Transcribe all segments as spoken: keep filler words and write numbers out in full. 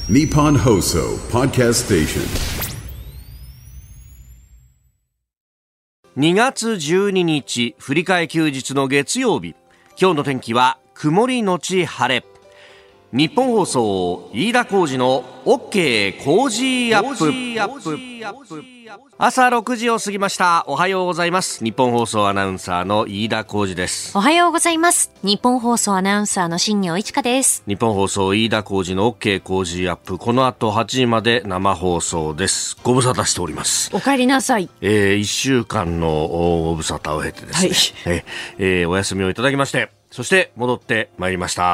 Nippon Hoso Podcast Station。 にがつじゅうににち、振り替え休日の月曜日。今日の天気は曇りのち晴れ。日本放送飯田浩司の OK 工事アップ。朝ろくじを過ぎました。おはようございます。日本放送アナウンサーの飯田浩司です。 おはようございます。日本放送アナウンサーの新業一華です。 日本放送飯田浩司の OK 工事アップ、この後はちじまで生放送です。ご無沙汰しております。 お帰りなさい。 えー、いっしゅうかんのご無沙汰を経てですね、はい、えー、お休みをいただきまして、そして戻ってまいりました。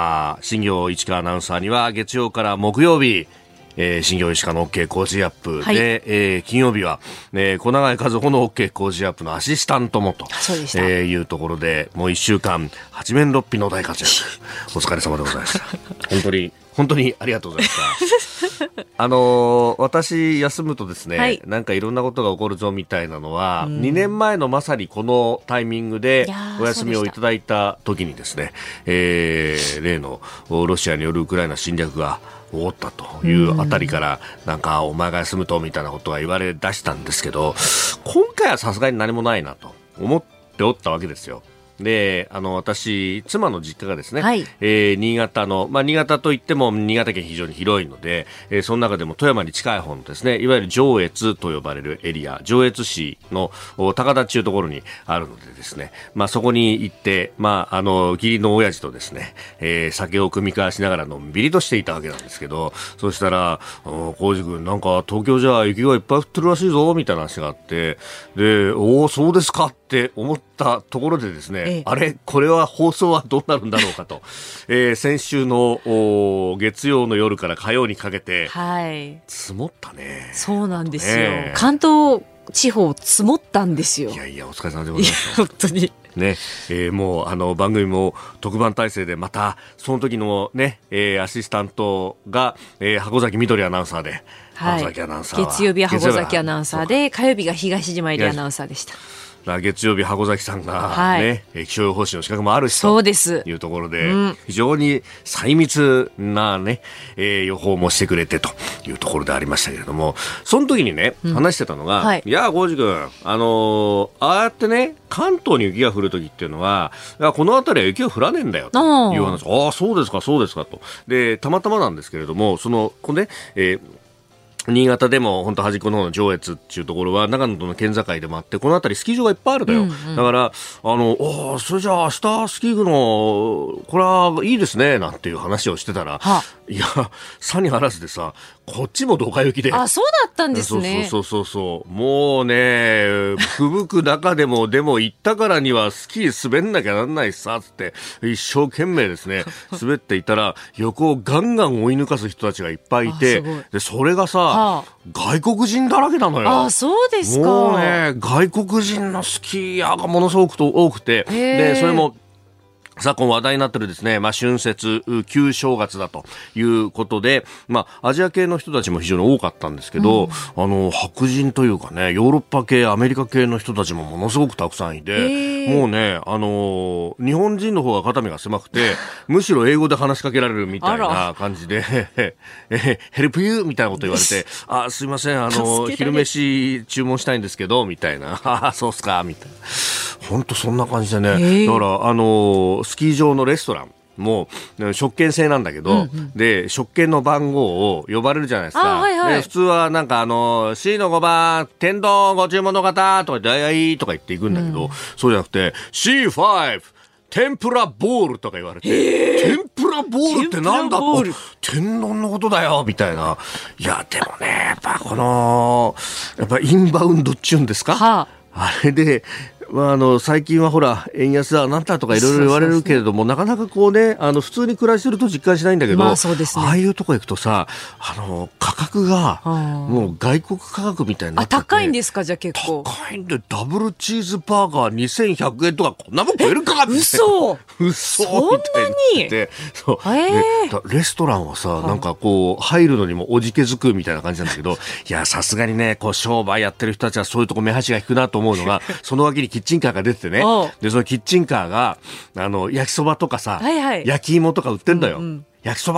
新業一華アナウンサーには月曜から木曜日、えー、新業石川の OK 工事アップで、はい、えー、金曜日は、えー、小永井和穂の OK 工事アップのアシスタントもと、 そうでした、 えー、いうところで、もういっしゅうかん八面六臂の大活躍お疲れ様でございました。本当に本当にありがとうございましたあのー、私休むとですね、はい、なんかいろんなことが起こるぞみたいなのは、うん、にねんまえのまさにこのタイミングでお休みをいただいた時にですね、えー、例のロシアによるウクライナ侵略が起こったというあたりから、なんかお前が休むとみたいなことが言われ出したんですけど、今回はさすがに何もないなと思っておったわけですよ。で、あの私妻の実家がですね、はい、えー、新潟の、まあ、新潟といっても新潟県非常に広いので、えー、その中でも富山に近い方のですね、いわゆる上越と呼ばれるエリア、上越市の高田っていうところにあるのでですね、まあ、そこに行って、まあ、あの義理の親父とですね、えー、酒を酌み交わしながらのんびりとしていたわけなんですけど、そしたら浩司君なんか東京じゃ雪がいっぱい降ってるらしいぞみたいな話があって、で、おおそうですかって思ったところでですね、ええ、あれこれは放送はどうなるんだろうかと、えー、先週の月曜の夜から火曜にかけて、はい、積もったね。 そうなんですよ、ね、関東地方積もったんですよ。 いやいやお疲れ様でございました。 本当にね、えー、もうあの番組も特番体制で、またその時のね、えー、アシスタントが、えー、箱崎みどりアナウンサーで、 はい、 箱崎アナウンサーは月曜日は箱崎アナウンサーで、火曜日が東島入りアナウンサーでした。 月曜日箱崎さんが、 はいね、気象予報士の資格もあるしそうですというところで、 うん、 非常に細密な、ね、えー、予報もしてくれてというところでありましたけれども、その時にね、うん、話してたのが、はい、いや浩司君、あのー、ああやってね関東に雪が降る時っていうのは、いやこの辺りは雪が降らねえんだよという話。ああそうですかそうですかと。でたまたまなんですけれども、そのこうね、えー新潟でも本当端っこの方の上越っていうところは長野との県境でもあって、この辺りスキー場がいっぱいあるんだよ、うんうん、だからあのおそれじゃあ明日スキー行くのこれはいいですねなんていう話をしてたら、いやさにあらずでさ、こっちもドカ雪で。 あ、そうだったんですね。 そうそうそうそう、もうね吹雪く中でもでも行ったからにはスキー滑んなきゃなんないさつって一生懸命ですね滑っていたら横をガンガン追い抜かす人たちがいっぱいいて、でそれがさ、はあ、外国人だらけなのよ。 あ、そうですか。 もうね外国人のスキーヤーがものすごく多くて、でそれも昨今話題になってるですね、まあ、春節、旧正月だということで、まあ、アジア系の人たちも非常に多かったんですけど、うん、あの、白人というかね、ヨーロッパ系、アメリカ系の人たちもものすごくたくさんいて、もうね、あの、日本人の方が肩身が狭くて、むしろ英語で話しかけられるみたいな感じで、え、ヘルプユーみたいなこと言われて、あ、すいません、あの、昼飯注文したいんですけど、みたいな、あ、そうっすか、みたいな。本当そんな感じでね、だからあのスキー場のレストランもう食券制なんだけど、うんうん、で食券の番号を呼ばれるじゃないですか、はいはい、で普通はなんかあの シーのごばん天丼ご注文の方とか言ってはいとか言っていくんだけど、うん、そうじゃなくて シーファイブ 天ぷらボールとか言われて、天ぷらボールってなんだと、天丼のことだよみたいな。いやでもねやっぱこのやっぱインバウンドっちゅうんですか、はあ、あれでまあ、あの最近はほら円安だなんだとかいろいろ言われるけれども、そうそうそう、なかなかこうねあの普通に暮らしてると実感しないんだけど、 まあそうですね、 ああいうとこ行くとさあの価格がもう外国価格みたいになってて、 あ高いんですか。じゃあ結構高いんで、ダブルチーズバーガーにせんひゃくえんとかこんなもん食えるかって嘘嘘みたいになってそう、 えー、レストランはさなんかこう入るのにもおじけづくみたいな感じなんだけどいやさすがにねこう商売やってる人たちはそういうとこ目端が引くなと思うのがその脇にキッチンカーが出ててね、でそのキッチンカーがあの焼きそばとかさ、はいはい、焼き芋とか売ってんだよ、うんうん、焼きそば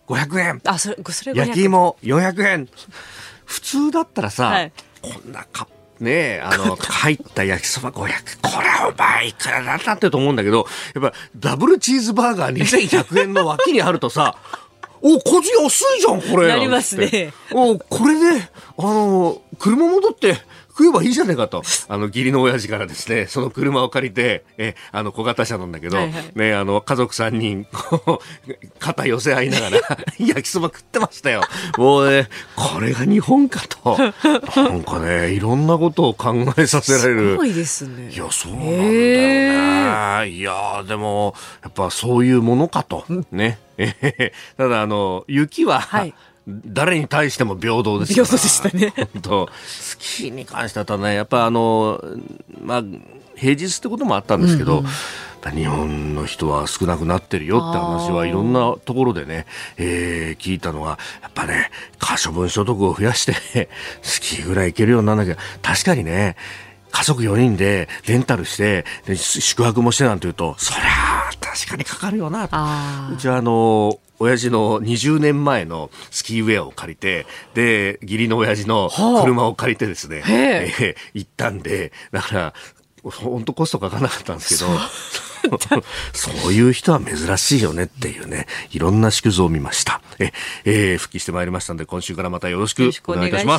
ごひゃくえん、 あ、それ、それごひゃくえん、 焼き芋よんひゃくえん。普通だったらさ、 はい、 こんなカップねえ、あの、入った焼きそばごひゃく、これお前いくらだったってと思うんだけど、やっぱダブルチーズバーガーにせんひゃくえんの脇にあるとさ、お、こっち安いじゃん、これ。 なりますね。 お、これで、あの、車戻って食えばいいじゃねえかと。あの、義理の親父からですね、その車を借りて、え、あの、小型車なんだけど、はいはい、ね、あの、家族さんにん、こう、肩寄せ合いながら、焼きそば食ってましたよ。もうね、これが日本かと。なんかね、いろんなことを考えさせられる。 すごいですね。 いや、そうなんだよね。いや、でも、やっぱそういうものかと。ね。ただ、あの、雪は、はい、誰に対しても平等ですから。 平等でしたね。 本当スキーに関してはね、やっぱあの、まあ、平日ってこともあったんですけど、うんうん、やっぱ日本の人は少なくなってるよって話はいろんなところでね、えー、聞いたのは、やっぱね、可処分所得を増やしてスキーぐらい行けるようにならなきゃ。確かにね、家族よにんでレンタルして宿泊もしてなんて言うと、そりゃ確かにかかるよな。うちはあの親父のにじゅうねんまえのスキーウェアを借りて、で義理の親父の車を借りてですね、はあ、えー、行ったんで、だから本当コストかからなかったんですけど、そうそういう人は珍しいよねっていうね、いろんな縮図を見ました。え、えー、復帰してまいりましたので、今週からまたよろしくお願いいたします。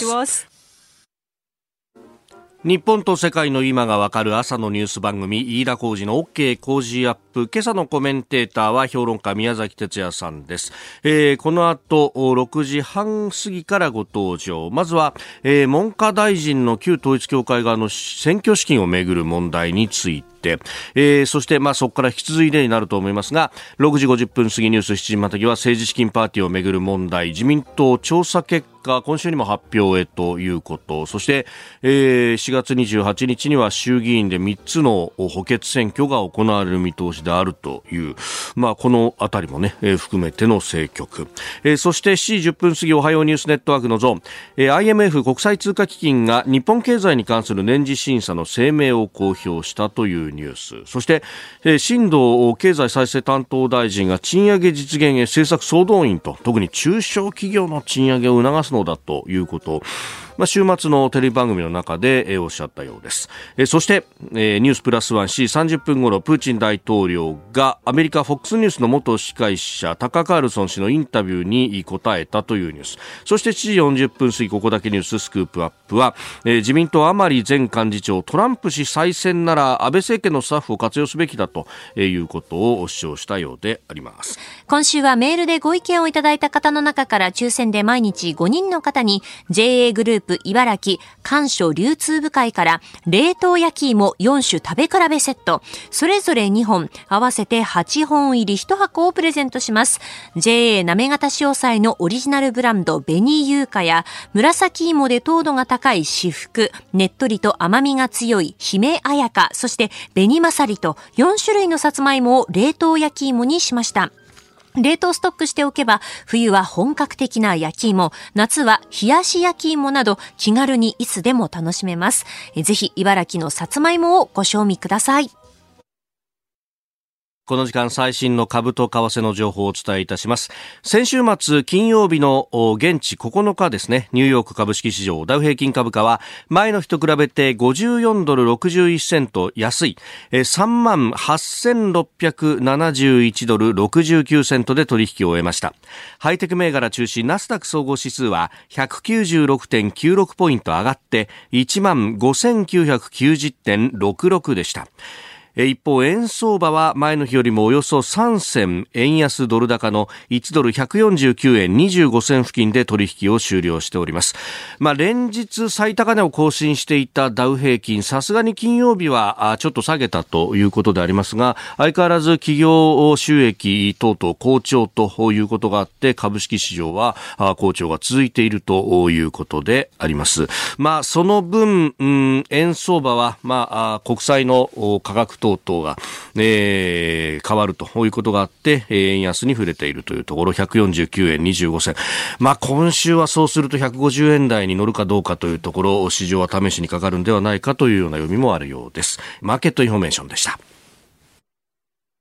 日本と世界の今がわかる朝のニュース番組、飯田浩司の OK 工事アップ。今朝のコメンテーターは評論家宮崎哲也さんです。えー、この後ろくじはん過ぎからご登場。まずは、えー、文科大臣の旧統一教会側の選挙資金をめぐる問題について、えー、そして、まあ、そこから引き続いてになると思いますが、ろくじごじゅっぷん過ぎニュースしちじまたぎは政治資金パーティーをめぐる問題、自民党調査結果今週にも発表へということ、そして、えー、しがつにじゅうはちにちには衆議院でみっつの補欠選挙が行われる見通しであるという、まあ、このあたりもね、えー、含めての政局、えー、そしてしちじじゅっぷん過ぎおはようニュースネットワークのゾーン、えー、アイエムエフ 国際通貨基金が日本経済に関する年次審査の声明を公表したというニュース、そして、えー、新藤経済再生担当大臣が賃上げ実現へ政策総動員と、特に中小企業の賃上げを促すのだということを、まあ、週末のテレビ番組の中で、えー、おっしゃったようです。えー、そして、えー、ニュースプラスワン しちじさんじゅっぷん頃、プーチン大統領がアメリカ フォックス ニュースの元司会者タカ・カールソン氏のインタビューに答えたというニュース、そしてしちじよんじゅっぷん過ぎここだけニューススクープアップは、えー、自民党甘利前幹事長、トランプ氏再選なら安倍政権のスタッフを活用すべきだということを主張したようであります。 今週はメールでご意見をいただいた方の中から抽選で毎日ごにんの方に ジェーエー グループ茨城甘書流通部会から冷凍焼き芋よん種食べ比べセットそれぞれにほん合わせてはちほん入りいち箱をプレゼントします。 ジェーエー なめがた塩菜のオリジナルブランド紅優香や紫芋で糖度が高い至福、ねっとりと甘みが強い姫あやか、そして紅まさりとよん種類のさつまいもを冷凍焼き芋にしました。冷凍ストックしておけば冬は本格的な焼き芋、夏は冷やし焼き芋など気軽にいつでも楽しめます。えぜひ茨城のさつまいもをご賞味ください。 この時間最新の株と為替の情報をお伝えいたします。先週末金曜日の現地ここのかですね、ニューヨーク株式市場ダウ平均株価は前の日と比べてごじゅうよんドルろくじゅういちセント安い さんまんはっせんろっぴゃくななじゅういちドルろくじゅうきゅうセントで取引を終えました。ハイテク銘柄中心ナスダック総合指数は ひゃくきゅうじゅうろくてんきゅうろく ポイント上がって いちまんごせんきゅうひゃくきゅうじゅってんろくろくでした。一方円相場は前の日よりもおよそさん銭円安ドル高のいちドルひゃくよんじゅうきゅうえんにじゅうご銭付近で取引を終了しております。まあ、連日最高値を更新していたダウ平均、さすがに金曜日はちょっと下げたということでありますが、相変わらず企業収益等々好調ということがあって株式市場は好調が続いているということであります。まあ、その分、うん、円相場は、まあ、国債の価格等々が、えー、変わるということがあって、えー、円安に触れているというところ、ひゃくよんじゅうきゅうえんにじゅうご銭。まあ今週はそうするとひゃくごじゅうえん台に乗るかどうかというところ、市場は試しにかかるんではないかというような読みもあるようです。マーケットインフォメーションでした。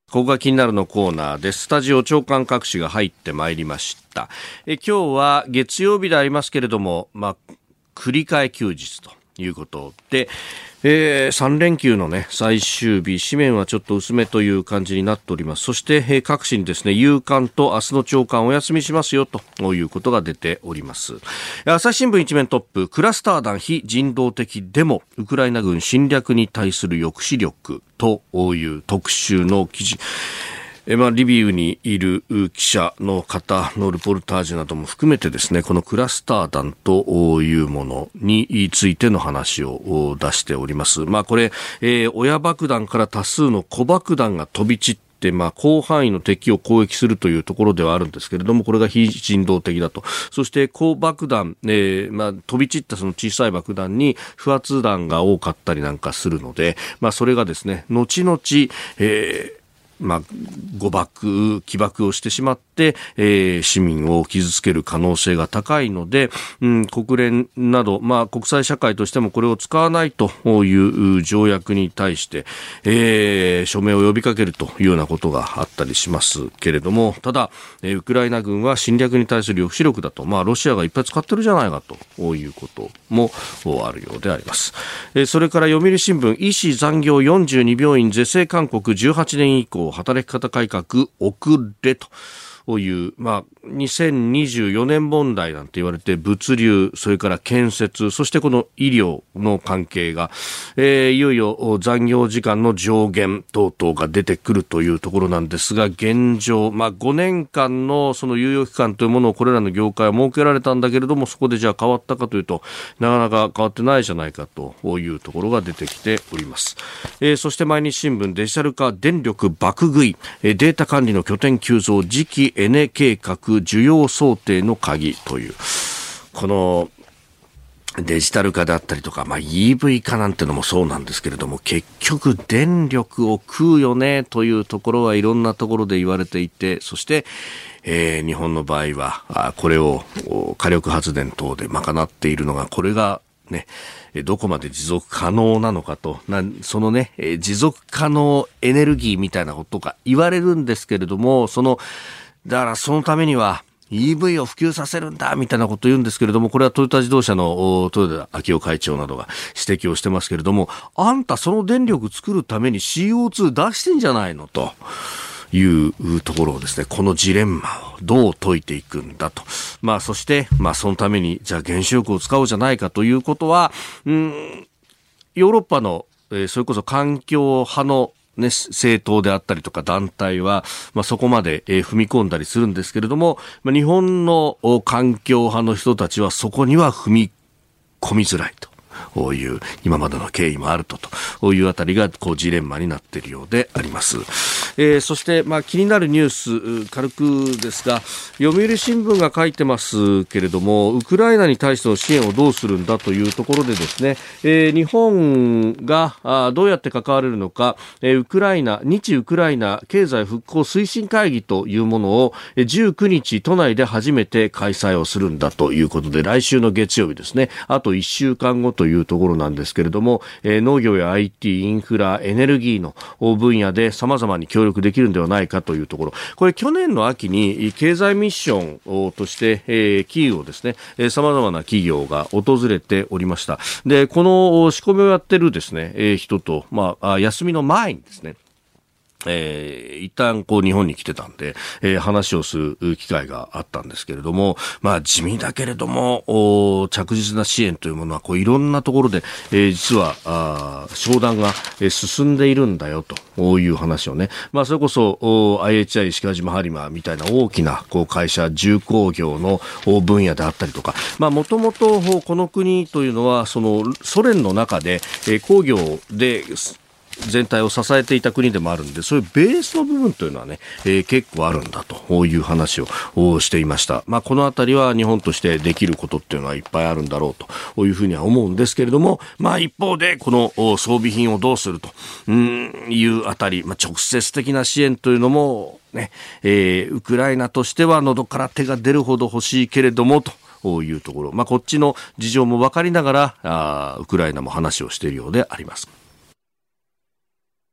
ここが気になるのコーナーです。スタジオ長官各紙が入ってまいりました。え今日は月曜日でありますけれども、まあ、繰り替え休日ということで、えー、さん連休のね最終日、紙面はちょっと薄めという感じになっております。そして、えー、各紙にですね、夕刊と明日の朝刊お休みしますよということが出ております。朝日新聞一面トップ、クラスター弾非人道的デモ、ウクライナ軍侵略に対する抑止力という特集の記事。えまあ、リビウにいる記者の方のルポルタージュなども含めてですね、このクラスター弾というものについての話を出しております。まあこれ、えー、親爆弾から多数の子爆弾が飛び散ってまあ、広範囲の敵を攻撃するというところではあるんですけれども、これが非人道的だと。そして高爆弾、えーまあ、飛び散ったその小さい爆弾に不発弾が多かったりなんかするので、まあ、それがですね、後々、えーまあ、誤爆、起爆をしてしまって、えー、市民を傷つける可能性が高いので、うん、国連など、まあ、国際社会としてもこれを使わないという条約に対して、えー、署名を呼びかけるというようなことがあったりしますけれども、ただ、えー、ウクライナ軍は侵略に対する抑止力だと、まあ、ロシアがいっぱい使ってるじゃないかということもあるようであります。えー、それから読売新聞、医師残業よんじゅうに病院是正勧告じゅうはちねん以降働き方改革遅れという、まあ、にせんにじゅうよねん問題なんて言われて、物流、それから建設、そしてこの医療の関係が、えー、いよいよ残業時間の上限等々が出てくるというところなんですが、現状、まあ、ごねんかんのその猶予期間というものをこれらの業界は設けられたんだけれども、そこでじゃあ変わったかというと、なかなか変わってないじゃないかというところが出てきております。えー、そして毎日新聞、デジタル化電力爆食い、データ管理の拠点急増、次期エネ計画需要想定の鍵という、このデジタル化であったりとか、まあ、イーブイ 化なんてのもそうなんですけれども、結局電力を食うよねというところはいろんなところで言われていて、そして、えー、日本の場合はこれを火力発電等で賄っているのが、これがね、どこまで持続可能なのかと、なそのね、持続可能エネルギーみたいなことが言われるんですけれども、そのだからそのためには イーブイ を普及させるんだみたいなことを言うんですけれども、これはトヨタ自動車の豊田章男会長などが指摘をしてますけれども、あんたその電力作るために シーオーツー 出してんじゃないのというところをですね、このジレンマをどう解いていくんだと。まあそして、まあそのためにじゃあ原子力を使おうじゃないかということは、うーん、ヨーロッパの、えー、それこそ環境派のね、政党であったりとか団体は、まあ、そこまで、えー、踏み込んだりするんですけれども、まあ、日本の環境派の人たちはそこには踏み込みづらいと。こういう今までの経緯もあるとというあたりがこうジレンマになっているようであります。えー、そしてまあ気になるニュース軽くですが、読売新聞が書いてますけれども、ウクライナに対しての支援をどうするんだというところでですね、えー、日本があどうやって関われるのか、えー、ウクライナ日ウクライナ経済復興推進会議というものをじゅうくにち都内で初めて開催をするんだということで、来週の月曜日ですね、あといっしゅうかんごというところなんですけれども、えー、農業や アイティー、インフラ、エネルギーの分野で様々に協力できるんではないかというところ、これ去年の秋に経済ミッションとして、えー、キーウをですね、えー、様々な企業が訪れておりました。で、この仕込みをやってるですね、えー、人と、まあ、休みの前にですね、えー、一旦こう日本に来てたんで、えー、話をする機会があったんですけれども、まあ地味だけれども着実な支援というものはこういろんなところで、えー、実はあ商談が、えー、進んでいるんだよという話をね、まあそれこそ アイエイチアイ 石川島ハリマーみたいな大きなこう会社重工業の分野であったりとか、まあもともとこの国というのはそのソ連の中で、えー、工業で全体を支えていた国でもあるんで、そういうベースの部分というのはね、えー、結構あるんだという話をしていました。まあこのあたりは日本としてできることっていうのはいっぱいあるんだろうというふうには思うんですけれども、まあ一方でこの装備品をどうするというあたり、まあ直接的な支援というのもね、えー、ウクライナとしては喉から手が出るほど欲しいけれどもとこういうところ、まあこっちの事情も分かりながらあウクライナも話をしているようであります。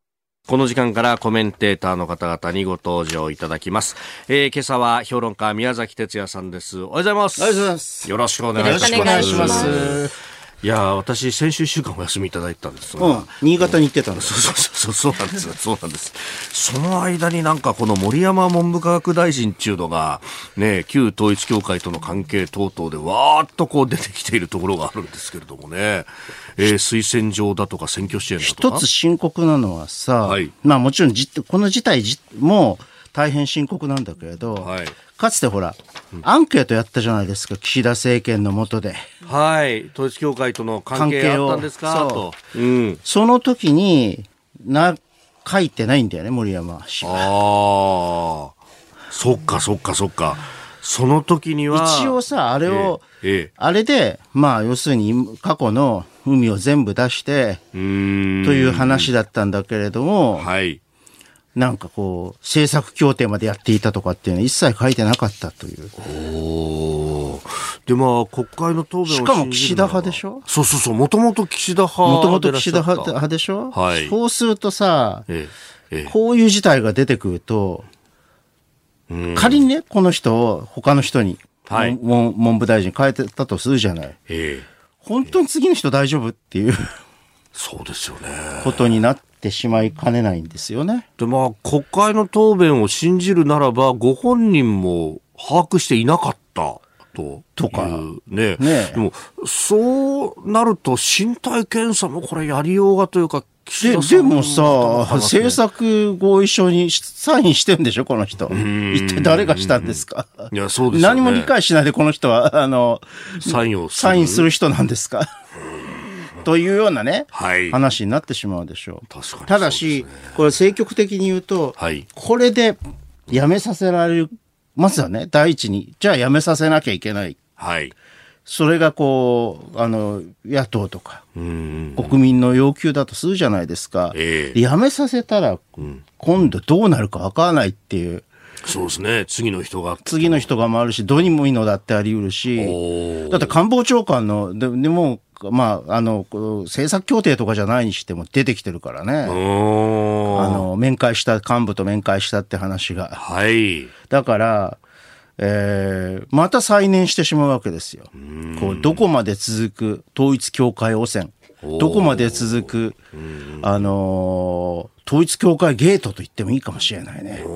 この時間からコメンテーターの方々にご登場いただきます。えー、今朝は評論家宮崎哲也さんです。おはようございます。 おはようございます。 よろしくお願いします。 よろしくお願いします。 いや私先週いっしゅうかんお休みいただいたんですが、 うん、新潟に行ってたんです。 そうそうそうそうなんですそうなんです。その間になんかこの森山文部科学大臣っていうのがね、旧統一教会との関係等々でわーっとこう出てきているところがあるんですけれどもね、えー、推薦状だとか選挙支援だとか一つ深刻なのはさ、 はい、 まあもちろんじこの事態も大変深刻なんだけれど、はい、かつてほら、うん、アンケートやったじゃないですか、岸田政権の下で。 はい、統一教会との関係あったんですかと、 うん、その時にな書いてないんだよね、森山氏は。 ああ、そっかそっかそっか。その時には一応さ、あれを、 ええええ、あれでまあ要するに過去の海を全部出してという話だったんだけれども、 はい、 なんかこう政策協定までやっていたとかっていうのは一切書いてなかったという。 おでまあ国会の答弁をしかも岸田派でしょ。 そうそうそう、もともと岸田派もともと岸田派でしょ、はい、そうするとさ、ええええ、こういう事態が出てくると、うん、仮にねこの人を他の人に、はい、文, 文部大臣変えてたとするじゃない、ええ、本当に次の人大丈夫っていうそうですよねことになってしまいかねないんですよね。 でまあ国会の答弁を信じるならばご本人も把握していなかったととかね。ね、でもそうなると身体検査もこれやりようがというか、 で, でもさ、政策合意書にサインしてるんでしょこの人。一体誰がしたんですか。 いやそうですよね、 何も理解しないでこの人はあのサインをするサインする人なんですかというようなね、 はい、 話になってしまうでしょう。 確かにそうですね。 ただしこれ政局的に言うと、はい、これで辞めさせられる、まずはね第一にじゃあ辞めさせなきゃいけない、はい、それがこうあの野党とか国民の要求だとするじゃないですか、えー、辞めさせたら今度どうなるか分からないっていう。 そうですね、次の人が次の人が回るし、どうにもいいのだってあり得るし、だって官房長官ので, でもまああの政策協定とかじゃないにしても出てきてるからね。あの面会した幹部と面会したって話が、 はい、 だからえー、また再燃してしまうわけですよ。こうどこまで続く統一教会汚染、どこまで続く、あのー、統一教会ゲートと言ってもいいかもしれないね。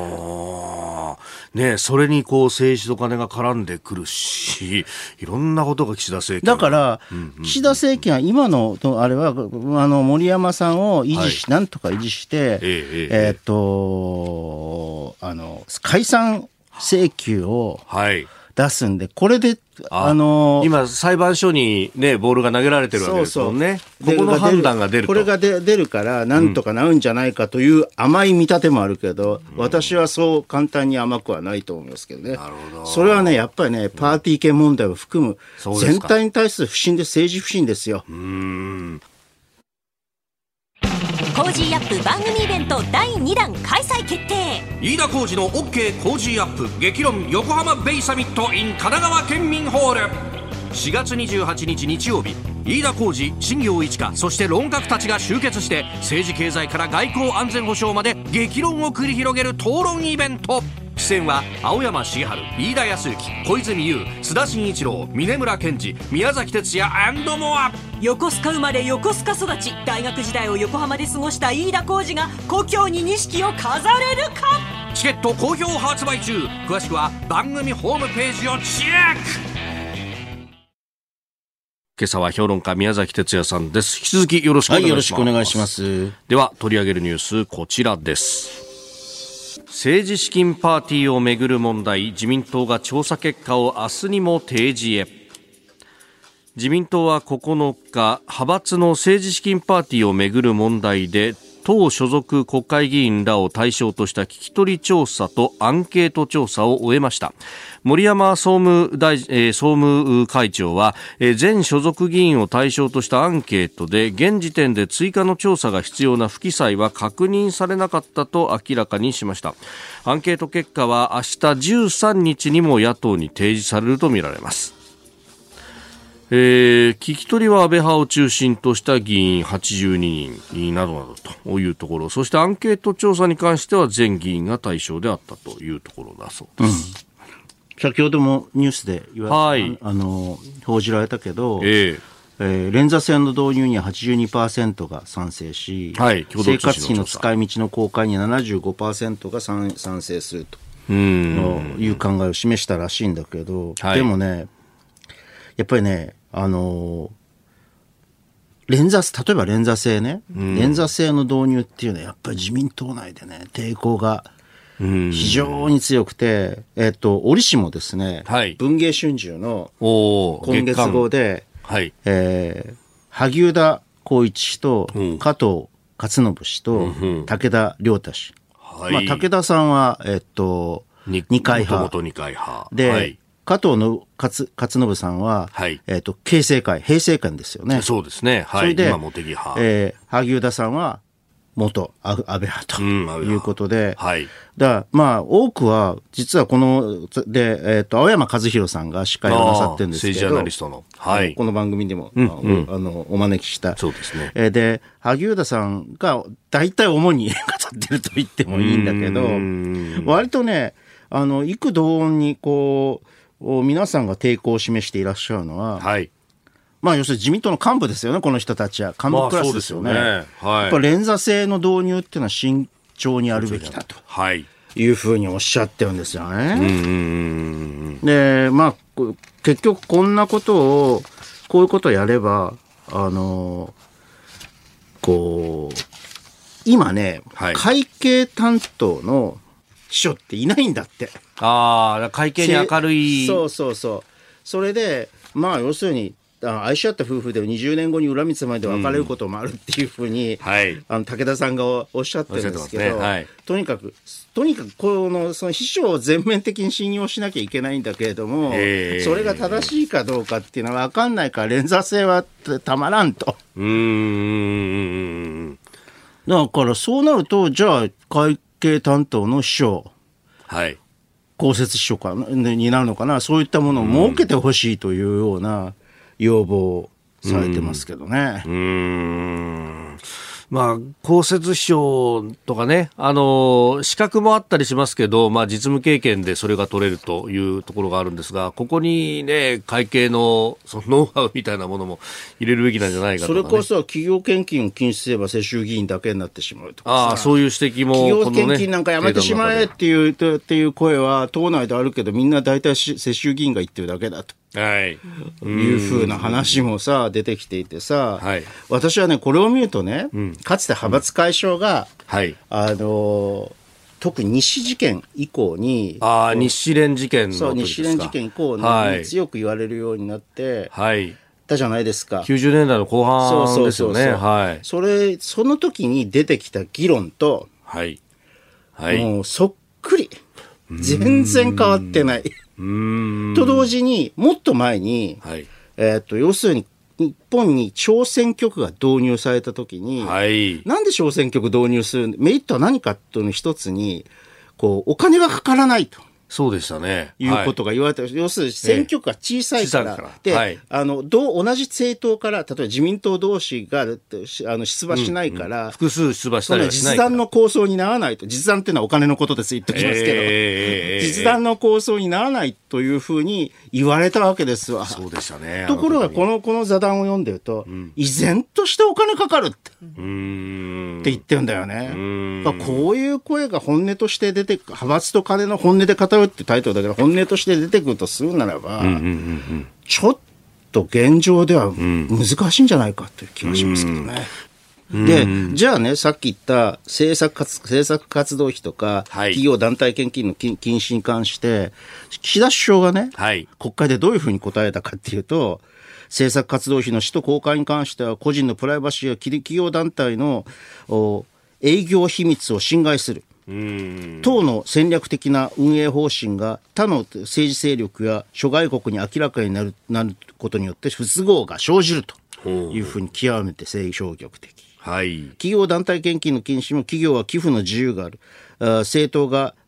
ね、それにこう政治と金が絡んでくるし、いろんなことが岸田政権だから、うんうん、岸田政権は今のあれはあの森山さんを維持し、はい、なんとか維持して、えーえーえー、っとあの解散請求を出すんで、これであのー、 今裁判所にねボールが投げられてるわけですもんね。そうそう、ここの判断が出ると、 これが出るからなんとかなるんじゃないかという甘い見立てもあるけど、うん、私はそう簡単に甘くはないと思いますけどね。なるほど。それはねやっぱりねパーティー系問題を含む全体に対する不信で政治不信ですよ。うーん、 コージーアップ番組イベントだいにだん開催決定。 飯田浩司の OK コージーアップ激論横浜ベイサミット in 神奈川県民ホール。しがつにじゅうはちにち日曜日、飯田浩司、新業一華、そして論客たちが集結して政治経済から外交安全保障まで激論を繰り広げる討論イベント。出演は青山茂春、飯田康之、小泉悠、須田慎一郎、峯村健二、宮崎哲也&モア。 横須賀生まれ横須賀育ち、大学時代を横浜で過ごした飯田浩司が故郷に錦を飾れるか。 チケット好評発売中。詳しくは番組ホームページをチェック。今朝は評論家宮崎哲也さんです。引き続きよろしくお願いします。はい、よろしくお願いします。では取り上げるニュースこちらです。政治資金パーティーをめぐる問題、自民党が調査結果を明日にも提示へ。自民党はここのか、派閥の政治資金パーティーをめぐる問題で党所属国会議員らを対象とした聞き取り調査とアンケート調査を終えました。森山総務大臣、えー、総務会長は、えー、全所属議員を対象としたアンケートで現時点で追加の調査が必要な不記載は確認されなかったと明らかにしました。アンケート結果は明日じゅうさんにちにも野党に提示されるとみられます。 えー、聞き取りは安倍派を中心とした議員はちじゅうににんなどなどというところ、そしてアンケート調査に関しては全議員が対象であったというところだそうです。 うん、先ほどもニュースで言わ、はい、あ, あの報じられたけど、えーえー、連座制の導入には はちじゅうにパーセント が賛成し、はい、生活費の使い道の公開に ななじゅうごパーセント が 賛, 賛成するという考えを示したらしいんだけど、はい、でもねやっぱりね、あのー、連座、例えば連座制ね、うん、連座制の導入っていうのはやっぱり自民党内でね、抵抗が非常に強くて、えっと、折しもですね、はい、文藝春秋の今月号で、はいえー、萩生田光一氏と加藤勝信氏と武田良太氏。はいまあ、武田さんは、えっと、二階派。 元々二階派。 で、はい加藤の勝信さんは、はいえー、と形成会、平成会ですよね。 そうですね。はい、 それで、 今茂木派えー、萩生田さんは元安倍派ということで、うん、はい、だからまあ多くは実はこので、えー、と青山和弘さんが司会をなさってるんですけど、 政治ジャーナリストの、はい、 この番組でも、うんうん、あのお招きした。 そうですね。 えー、で萩生田さんが大体主に語ってると言ってもいいんだけど、割とねあの幾同音にこう皆さんが抵抗を示していらっしゃるのは、はい、まあ要するに自民党の幹部ですよね、この人たちは幹部クラスですよね。まあ、そうですよね。はい、やっぱ連座制の導入っていうのは慎重にやるべきだというふうにおっしゃってるんですよね。うんうんうんで、まあ結局こんなことをこういうことをやればあのこう今ね、はい、会計担当の秘書っていないんだって。 ああ、会計に明るい。 そうそうそう。それで、まあ要するに、愛し合った夫婦でにじゅうねんごに恨みつまいで別れることもあるっていうふうに、うんはい、あの武田さんがおっしゃってるんですけど、ねはい、とにかく、とにかくこの、その秘書を全面的に信用しなきゃいけないんだけれども、それが正しいかどうかっていうのは分かんないから、連座制はたまらんと。うーん。だからそうなると、じゃあ会計担当の秘書、はい、公設秘書かになるのかな、そういったものを設けてほしいというような要望をされてますけどね。うーん、うーんまあ、公設秘書とかね、あの、資格もあったりしますけど、まあ、実務経験でそれが取れるというところがあるんですが、ここにね、会計の、そのノウハウみたいなものも入れるべきなんじゃないかとか、ね。 それこそ企業献金を禁止すれば世襲議員だけになってしまうとかさ。 ああ、そういう指摘も、 企業献金なんかやめてしまえっていう、っていう声は党内であるけど、みんな大体世襲議員が言ってるだけだと。はい、いうふうな話もさ出てきていてさ、はい、私はねこれを見るとね、うん、かつて派閥解消が、うんはい、あの特に日誌事件以降にあ日誌連事件のそう日誌連事件以降に、はい、強く言われるようになって、はい、たじゃないですか。 きゅうじゅうねんだいの後半ですよね。そうそうそうそう、はい、 それその時に出てきた議論と、はいはい、もうそっくり全然変わってない。うーんと同時にもっと前に、はいえー、と要するに日本に小選挙区が導入されたときに、はい、なんで小選挙区導入するメリットは何かというの一つにこうお金がかからないと。 そうでしたね。 いうことが言われて、はい、要するに選挙区が小さいから、ええ、からで、はい、あのどう同じ政党から例えば自民党同士があの出馬しないから、うんうん、 複数出馬したりはしないから実弾の構想にならないと。実弾っていうのはお金のことです言っときますけど、えー、実弾の構想にならないというふうに言われたわけですわ。 そうでしたね。 ところがこのこの座談を読んでると、うん、依然としてお金かかるって、うーんって言ってるんだよね。うーんこういう声が本音として出てく派閥と金の本音で語るってタイトルだけど本音として出てくるとするならば、うんうんうんうん、ちょっと現状では難しいんじゃないかという気がしますけどね。うん、でじゃあねさっき言った政策活政策活動費とか、はい、企業団体献金の禁止に関して岸田首相がね、はい、国会でどういうふうに答えたかっていうと、政策活動費の使途公開に関しては個人のプライバシーや企業団体の営業秘密を侵害する。うん党の戦略的な運営方針が他の政治勢力や諸外国に明らかになる、なることによって不都合が生じるというふうに極めて正消極的、はい、企業団体献金の禁止も企業は寄付の自由がある、あ政党が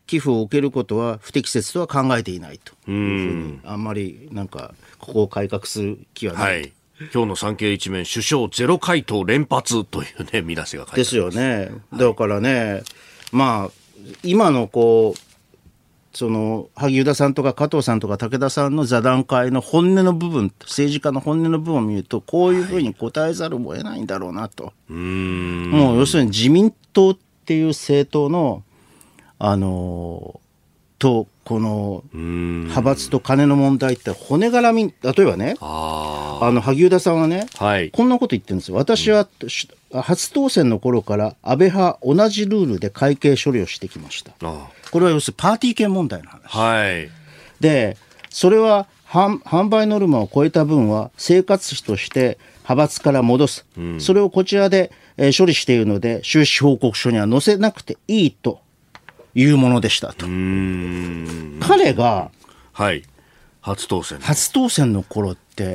寄付を受けることは不適切とは考えていないというふうに、あんまりなんかここを改革する気はない、はい、 今日の産経一面、首相ゼロ回答連発というね、見出しが書いてあります。 ですよね。だからね、はい、まあ今のこうその萩生田さんとか加藤さんとか武田さんの座談会の本音の部分、政治家の本音の部分を見ると、こういうふうに答えざるを得ないんだろうなと、はい、うーん、もう要するに自民党っていう政党のあのとこの派閥と金の問題って骨絡み、例えばね、ああの萩生田さんはね、はい、こんなこと言ってるんですよ。私は、うん、初当選の頃から安倍派同じルールで会計処理をしてきました。あ、これは要するにパーティー券問題の話、はい、でそれは販売ノルマを超えた分は生活費として派閥から戻す、うん、それをこちらで、えー、処理しているので収支報告書には載せなくていいというものでしたと。うーん、彼が、はい、 初当選初当選の頃って、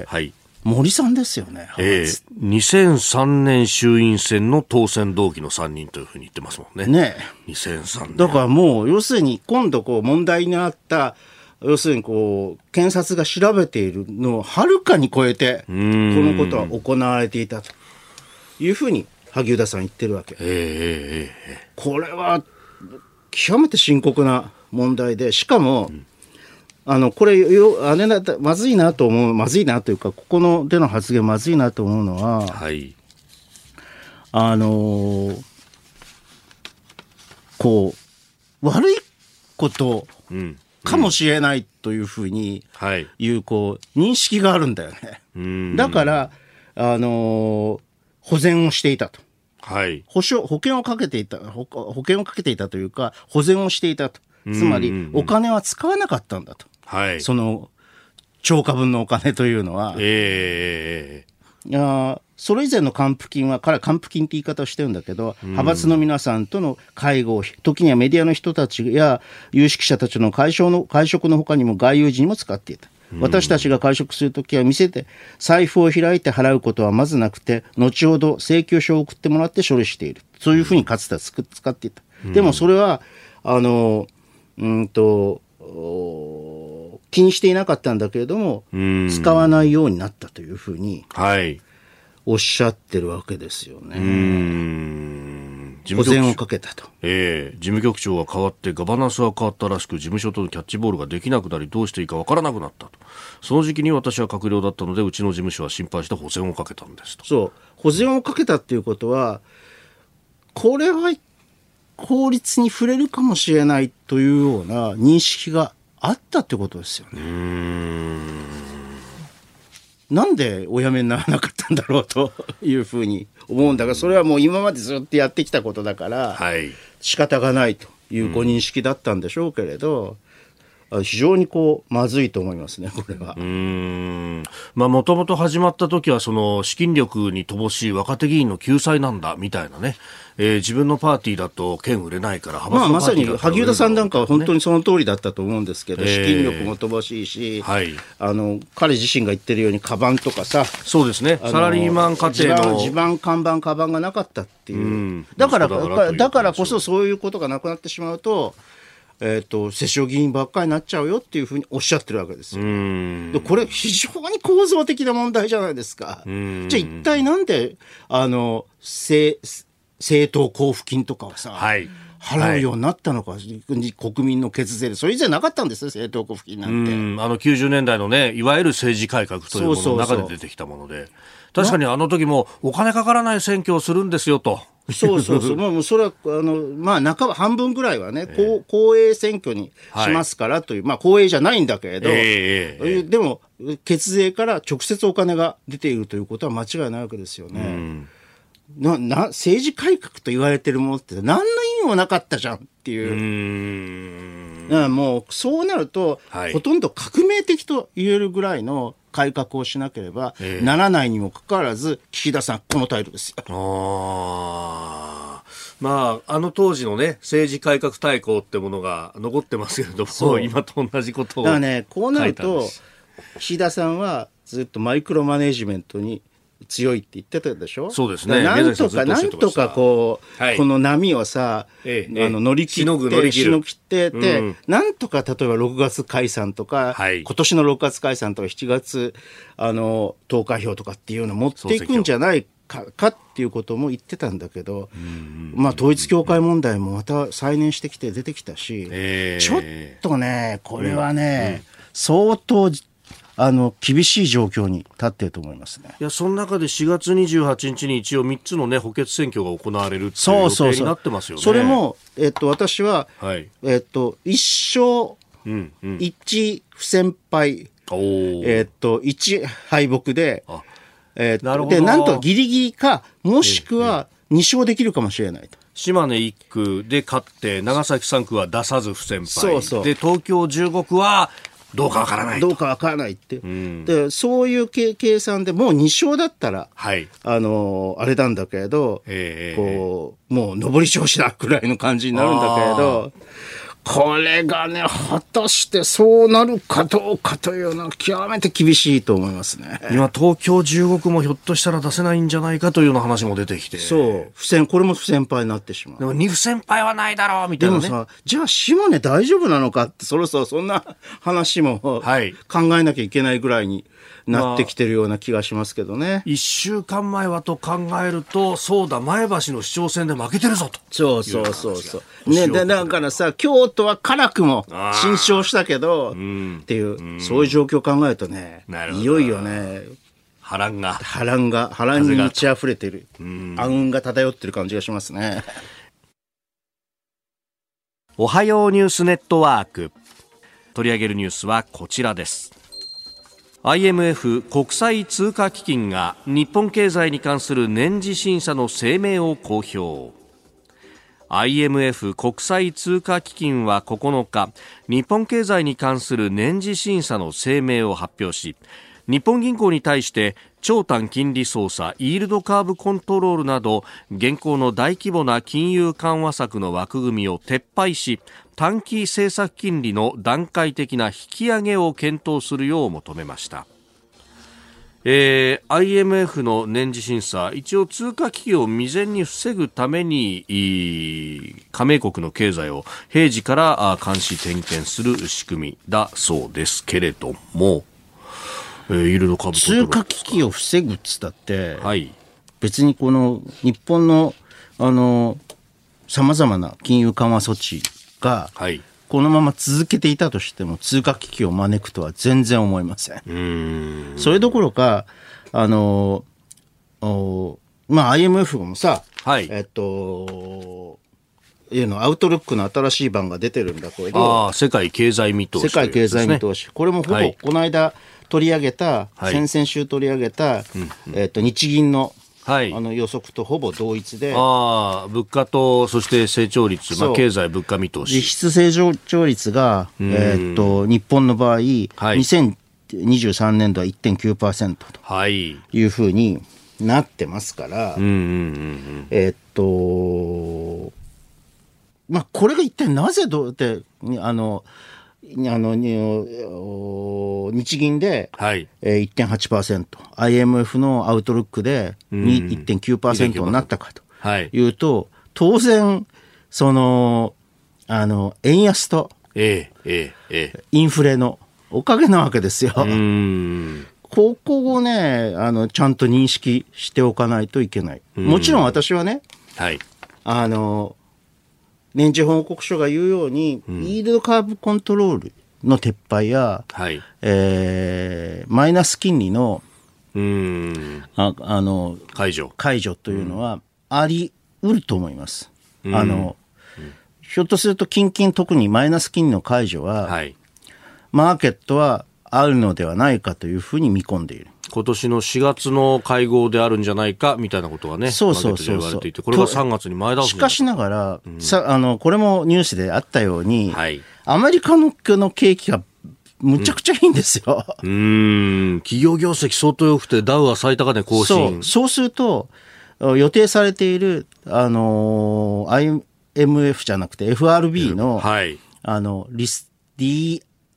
はい、森さんですよね。 えー、にせんさんねん衆院選の当選同期のさんにんというふうに言ってますもんね。ね、にせんさんねんだからもう要するに今度こう問題になった要するにこう検察が調べているのをはるかに超えてこのことは行われていたというふうに萩生田さん言ってるわけ。えー、これは極めて深刻な問題で、しかも、うん、あのこれよあれだまずいなと思うまずいなというかここのでの発言まずいなと思うのは、はい、あのー、こう悪いことかもしれないというふうにいう、こう認識があるんだよね。うん、だからあのー、保全をしていたと。はい、保証保険をかけていた 保, 保険をかけていたというか保全をしていたと。つまりお金は使わなかったんだと、はい、その超過分のお金というのは、えー、いやそれ以前の還付金は彼は還付金って言い方をしてるんだけど、派閥の皆さんとの会合、時にはメディアの人たちや有識者たちの会食の会食の他にも外遊時にも使っていた。私たちが会食するときは店で財布を開いて払うことはまずなくて、後ほど請求書を送ってもらって処理している。そういうふうにかつては使っていた。でもそれはあのうんと気にしていなかったんだけれども、使わないようになったというふうにおっしゃってるわけですよね。うーん、保全をかけたと。 ええー、事務局長が変わってガバナンスが変わったらしく、事務所とのキャッチボールができなくなり、どうしていいか分からなくなったと。その時期に私は閣僚だったので、うちの事務所は心配して保全をかけたんですと。 そう、保全をかけたっていうことは、これは法律に触れるかもしれないというような認識があったってことですよね。うーん、なんでお辞めにならなかったんだろうというふうに思うんだが、それはもう今までずっとやってきたことだから仕方がないというご認識だったんでしょうけれど、非常にこうまずいと思いますね、これは。うーん、まあもともと始まった時はその資金力に乏しい若手議員の救済なんだみたいなね、えー、自分のパーティーだと券売れないから派閥のパーティーだったら、まあ、まさに萩生田さんなんかは本当にその通りだったと思うんですけど、えー、資金力も乏しいし、はい、あの彼自身が言ってるようにカバンとかさ、 そうですね、サラリーマン家庭の地盤看板カバンがなかったっていう、うん、だからだからだからこそそういうことがなくなってしまうと、えーと、世襲議員ばっかりになっちゃうよっていうふうにおっしゃってるわけですよ。うーん、でこれ非常に構造的な問題じゃないですか。うーん、じゃあ一体なんであの政党交付金とかをさ、はい、払うようになったのか、はい、国民の血税でそれ以前なかったんですよ、政党交付金なんて。うん、あのきゅうじゅうねんだいのね、いわゆる政治改革というものの中で出てきたもので、そうそうそう、確かにあの時もお金かからない選挙をするんですよと。 そうそうそう、もうそれはあの、まあ、半ば半分ぐらいはね、えー、公営選挙にしますからという、はい、まあ公営じゃないんだけれど、えーえー、でも血税から直接お金が出ているということは間違いないわけですよね。うん、なな政治改革と言われてるものって何の意味もなかったじゃんっていう。うーん、だからもうそうなると、はい、ほとんど革命的と言えるぐらいの改革をしなければならないにもかかわらず、岸田さんこの態度ですよ。 あ、まあ、あの当時のね政治改革大綱ってものが残ってますけれども、今と同じことを書いたんです。 だからね、こうなると岸田さんはずっとマイクロマネジメントに強いって言ってたでしょ。 そうですね。 なんとかなんとかこう、はい、この波をさ、ええ、あの乗り切って乗り切ってて、うん、なんとか例えばろくがつ解散とか、はい、今年のろくがつ解散とかしちがつあの投開票とかっていうのを持っていくんじゃないかかっていうことも言ってたんだけど、まあ統一教会問題もまた再燃してきて出てきたし、えー、ちょっとねこれはね、うん、相当あの厳しい状況に立っていると思いますね。 いやその中でしがつにじゅうはちにちに一応みっつの、ね、補欠選挙が行われるっていう予定になってますよね。 そうそうそう、それも、えっと、私は、はいえっと、いち勝いち不戦敗、えっと、いち敗北で、えー、なるほどでなんとギリギリかもしくはに勝できるかもしれないと。 島根いっくで勝って長崎さんくは出さず不戦敗そうそうで東京じゅうごくはどうかわからないどうかわからないって、うん、でそういう計算でもうに勝だったら、はい、あのあれなんだけれど、えー、こうもう上り調子だくらいの感じになるんだけれど、これがね果たしてそうなるかどうかというのは極めて厳しいと思いますね。 今東京じゅうごくもひょっとしたら出せないんじゃないかというような話も出てきて、 そう不戦これも不戦敗になってしまう。 でもに不戦敗はないだろうみたいなね。 でもさじゃあ島根大丈夫なのかってそろそろそんな話も考えなきゃいけないぐらいになってきてるような気がしますけどね、まあ、 いっしゅうかんまえはと考えるとそうだ前橋の市長選で負けてるぞとそうそうそうそうねでだからさ京都は辛くも新勝したけど、うん、っていう、うん、そういう状況を考えるとねいよいよね波乱が波乱が波乱に満ち溢れてる、うん、暗雲が漂ってる感じがしますね。 おはようニュースネットワーク取り上げるニュースはこちらです。アイエムエフ 国際通貨基金が日本経済に関する年次審査の声明を公表。 アイエムエフ 国際通貨基金はここのか日本経済に関する年次審査の声明を発表し、日本銀行に対して長短金利操作、イールドカーブコントロールなど現行の大規模な金融緩和策の枠組みを撤廃し、短期政策金利の段階的な引き上げを検討するよう求めました。えー、アイエムエフ の年次審査、一応通貨危機を未然に防ぐために加盟国の経済を平時から監視点検する仕組みだそうですけれども、えー、イールドカーブコントロール通貨危機を防ぐっつったって、はい、別にこの日本のあの様々な金融緩和措置が、はい、このまま続けていたとしても通貨危機を招くとは全然思いません。うーんそれどころかあのまあ アイエムエフ もさ、はい、えっというのアウトルックの新しい版が出てるんだけど、 あ世界経済見通し、 世界経済見通し、これもほぼこの間取り上げた、はい、先々週取り上げた、うんうん、えっと日銀のはい、あの予測とほぼ同一で、 あ物価とそして成長率、まあ、経済物価見通し、 実質成長率が、えー、っと日本の場合、はい、にせんにじゅうさんねんどは いってんきゅうパーセント というふうになってますから、うんうんうんうん、えー、っとまあこれが一体なぜどうってあのあの日銀で、はいえー、いってんはちパーセント、アイエムエフ のアウトルックで いってんきゅうパーセント になったかというと、はい、当然そのあの円安と、ええええ、インフレのおかげなわけですよ。うんここをねあのちゃんと認識しておかないといけない。もちろん私はね、はい、あの年次報告書が言うように、うん、イールドカーブコントロールの撤廃や、はいえー、マイナス金利のうーんああの解除解除というのはあり得ると思います。うん、あの、うん、ひょっとすると近々特にマイナス金利の解除は、はい、マーケットはあるのではないかというふうに見込んでいる。 今年のしがつの会合であるんじゃないかみたいなことがね、 そうそうそうそう、 言われていて、これがさんがつに前倒す。 しかしながら、うん、さあのこれもニュースであったように、はい、アメリカのの景気がむちゃくちゃいいんですよ。 うん、うーん企業業績相当良くてダウは最高値更新。 そう、そうすると予定されているあの アイエムエフ じゃなくて エフアールビー の、はい、あのリス ディー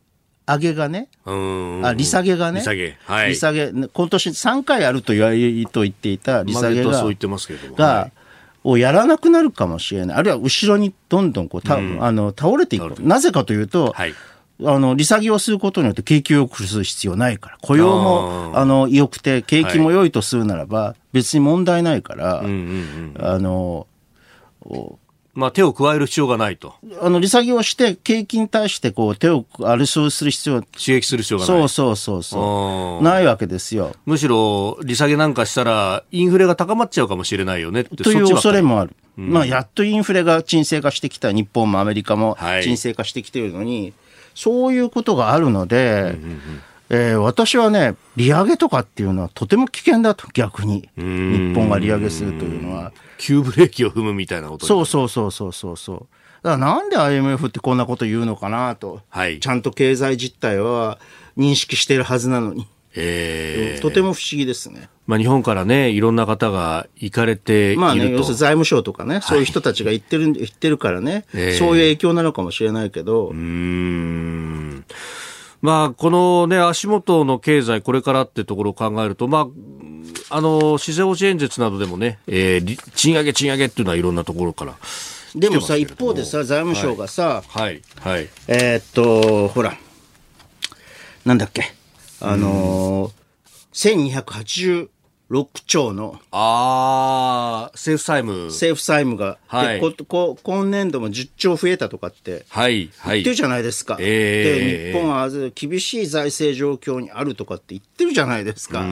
上げがね、 うんあ利下げがね、 利下げ、はい、 利下げ今年さんかいあると言われと言っていた利下げが、 そう言ってますけれども、 が、 はい、 をやらなくなるかもしれない。あるいは後ろにどんどんこうた、うん、あの倒れていく。なぜかというと、はい、あの利下げをすることによって景気を良くする必要ないから、雇用もあの良くて景気も良いとするならば、はい、別に問題ないから、うんうんうん、あのまあ、手を加える必要がないと。 あの利下げをして景気に対してこう手をあれそうする必要、 刺激する必要がない。 そうそうそうそうないわけですよ。 むしろ利下げなんかしたらインフレが高まっちゃうかもしれないよねってという恐れもある。うん、まあやっとインフレが沈静化してきた。日本もアメリカも沈静化してきているのに、はい、そういうことがあるので、うんうんうん、えー、私はね利上げとかっていうのはとても危険だと。逆に日本が利上げするというのは急ブレーキを踏むみたいなこと。 そうそうそうそうそうそう。だからなんで アイエムエフ ってこんなこと言うのかなと、はい、ちゃんと経済実態は認識しているはずなのに、えー、とても不思議ですね。 まあ、日本からねいろんな方が行かれていると、 まあね、要するに財務省とかね、はい、そういう人たちが言ってる、言ってるからね、えー、そういう影響なのかもしれないけど、うーん、まあ、このね足元の経済これからってところを考えると、まああの施政方針演説などでもね、えー、賃上げ賃上げっていうのはいろんなところからでもさ、一方でさ財務省がさ、 はいはいはい、 えー、っとほらなんだっけあのー、せんにひゃくはちじゅうろくちょうのあ政府債務政府債務が、はい、でここ今年度もじゅっちょう増えたとかって言ってるじゃないですか、はいはい、で日本は厳しい財政状況にあるとかって言ってるじゃないですか。うん、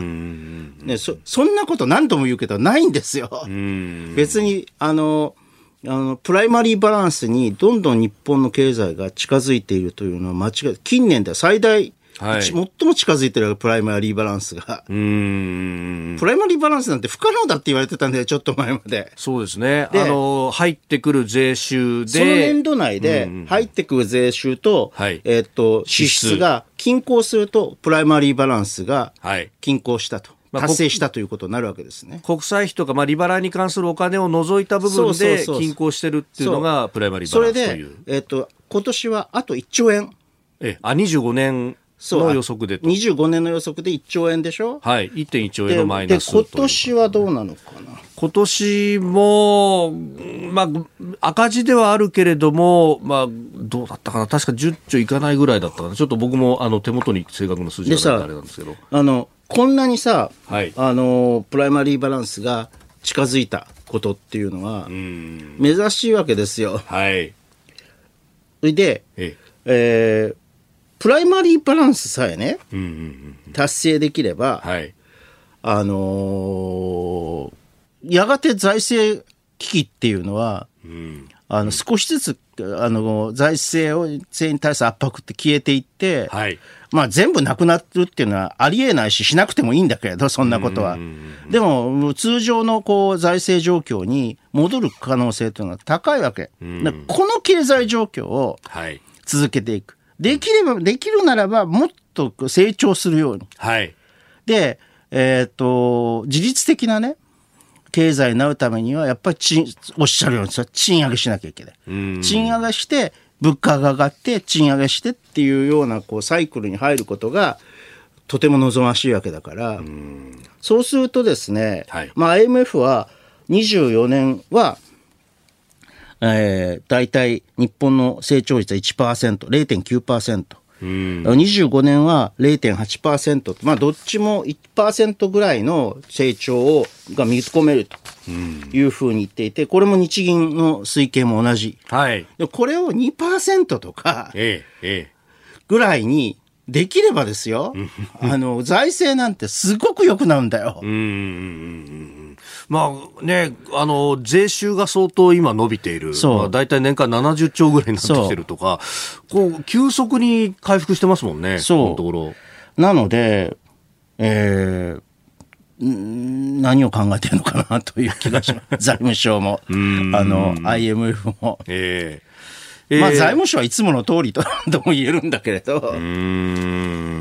ね、そ, そんなこと何度も言うけどないんですよ。うん別にあのあのプライマリーバランスにどんどん日本の経済が近づいているというのは間違い。近年では最大はい、最も近づいてるプライマリーバランスが。うーんプライマリーバランスなんて不可能だって言われてたんだよ、ちょっと前まで。 そうですね。あの、入ってくる税収で。 その年度内で入ってくる税収と、うんうんえー、っと、支出が均衡すると、プライマリーバランスが均衡したと。はい達成したということになるわけですね。 国債費とか、まあ、利払いに関するお金を除いた部分で均衡してるっていうのがプライマリーバランスという。 それで、えー、っと、今年はあといっちょうえん。 え、あ、にじゅうごねん。の予測でとにじゅうごねんの予測でいっちょうえんでしょ。 はい いってんいちちょうえんのマイナスという。 で今年はどうなのかな。 今年も、まあ、赤字ではあるけれども、まあ、どうだったかな確かじゅっちょいかないぐらいだったかな。ちょっと僕もあの手元に正確な数字がないとあれなんですけど、 あのこんなにさ、はい、あのプライマリーバランスが近づいたことっていうのは珍しいわけですよ。 はい。 で、ええープライマリーバランスさえね、うんうんうん、達成できれば、はい、あのー、やがて財政危機っていうのは、うん、あの少しずつあの財政をに対する圧迫って消えていって、はい、まあ全部なくなるっていうのはありえないししなくてもいいんだけれどそんなことは、うんうんうん、でも通常のこう財政状況に戻る可能性というのは高いわけ、うん、だからこの経済状況を続けていく、はいできれば、できるならば、もっと成長するように。はい。で、えっと、自律的なね、経済になるためには、やっぱり賃、おっしゃるように、賃上げしなきゃいけない。賃上げして、物価が上がって、賃上げしてっていうような、こう、サイクルに入ることが、とても望ましいわけだから、そうするとですね、はい、まあ、アイエムエフ は、にじゅうよねんは、えー、大体日本の成長率は いちパーセント、れいてんきゅうパーセント、うん、にじゅうごねんは れいてんはちパーセント、まあどっちも いちパーセント ぐらいの成長をが見込めるというふうに言っていて、これも日銀の推計も同じ。はい。でこれを にパーセント とかぐらいにできればですよ、あの財政なんてすごく良くなるんだよ。うんうんうんまあね、あの税収が相当今伸びている、まあ、大体年間ななじゅっちょうぐらいになってきてるとか、こう急速に回復してますもんね。 そうこのところなので、えー、何を考えてるのかなという気がします財務省もあの アイエムエフ も、えーえーまあ、財務省はいつもの通りとも言えるんだけれど、うーん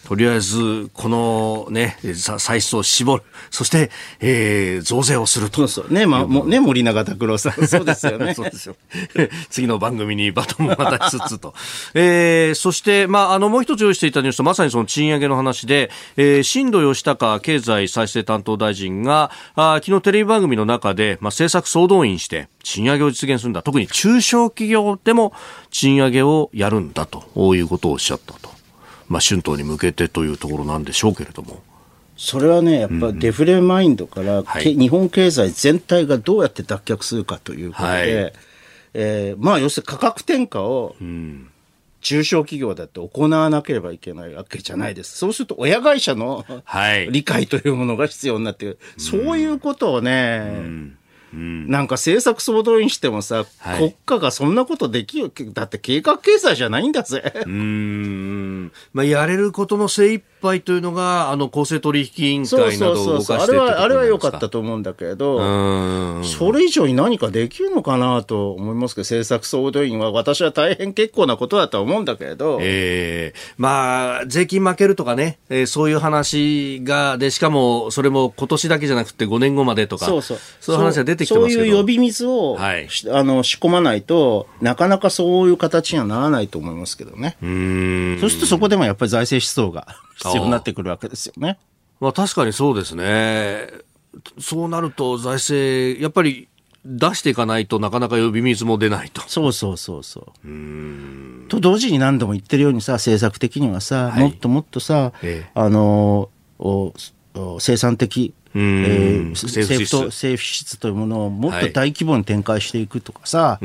とりあえずこのね歳出を絞る、そして、えー、増税をすると。 そうそうね、ま、もね森永卓郎さんそうですよね。 そうですよ。次の番組にバトンを渡しつつと、えー、そしてまああのもう一つ用意していたニュースとまさにその賃上げの話で、えー、新藤義孝経済再生担当大臣があ昨日テレビ番組の中で、まあ、政策総動員して賃上げを実現するんだ、特に中小企業でも賃上げをやるんだということをおっしゃったと。まあ、春闘に向けてというところなんでしょうけれども、 それはねやっぱデフレマインドから、うんはい、日本経済全体がどうやって脱却するかということで、はいえー、まあ要するに価格転嫁を中小企業だって行わなければいけないわけじゃないです。そうすると親会社の、はい、理解というものが必要になっている、うん、そういうことをね、うんうん、なんか政策総動員してもさ、はい、国家がそんなことできる、だって計画経済じゃないんだぜ。 うーん、まあ、やれることの精一杯というのがあの公正取引委員会などを動かしているところなんですか。 あれはあれは良かったと思うんだけど、うーんそれ以上に何かできるのかなと思いますけど、政策総動員は私は大変結構なことだとは思うんだけど、 えー、まあ税金負けるとかね、えー、そういう話がで、しかもそれも今年だけじゃなくてごねんごまでとか、そうそうそういう話が出てきてますけど、 そういう呼び水を、はい、あの仕込まないとなかなかそういう形にはならないと思いますけどね。うーんそうするとそこでもやっぱり財政出動が必要になってくるわけですよね。 まあ、確かにそうですね。そうなると財政やっぱり出していかないとなかなか呼び水も出ないと。 そうそうそうそう。うーんと同時に何度も言ってるようにさ、政策的にはさ、はい、もっともっとさ、ええ、あのおお生産的えー、政府と政府支出というものをもっと大規模に展開していくとかさ、はい、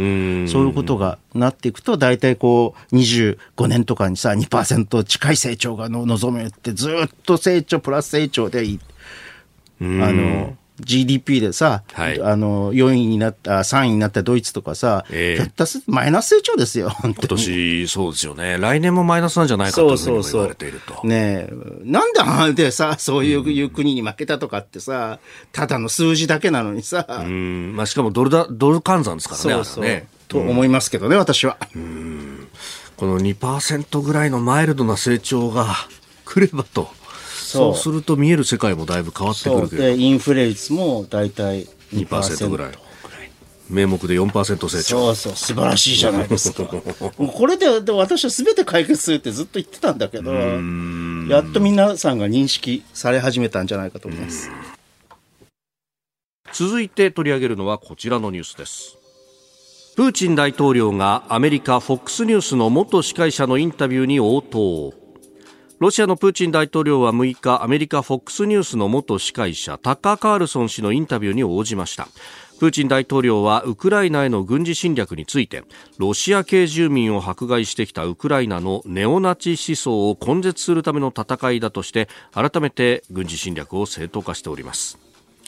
そういうことがなっていくと、大体こうにじゅうごねんとかにさ にパーセント 近い成長がの望めってずっと成長プラス成長でいい、あのジーディーピー でさ、はい、あのよんいになったさんいになったドイツとかさ、えー、やったすマイナス成長ですよ本当に。 今年そうですよね。来年もマイナスなんじゃないかというふうにも言われていると。 そうそうそうねえ、なんであでさそういう、いう国に負けたとかってさ、ただの数字だけなのにさ、 うん、まあ、しかもドルだドル換算ですからね。 そうそう、 ねと思いますけどね、私は。 うんこの にパーセント ぐらいのマイルドな成長が来ればと。そうすると見える世界もだいぶ変わってくるけど、 でインフレ率もだいたいにパーセント ぐらい、名目で よんパーセント 成長。 そうそう、素晴らしいじゃないですか。これで、で私は全て解決するってずっと言ってたんだけど、やっと皆さんが認識され始めたんじゃないかと思います。 続いて取り上げるのはこちらのニュースです。プーチン大統領がアメリカ フォックス ニュースの元司会者のインタビューに応答。ロシアのプーチン大統領はむいか、アメリカ フォックス ニュースの元司会者タッカー・カールソン氏のインタビューに応じました。プーチン大統領はウクライナへの軍事侵略について、ロシア系住民を迫害してきたウクライナのネオナチ思想を根絶するための戦いだとして、改めて軍事侵略を正当化しております。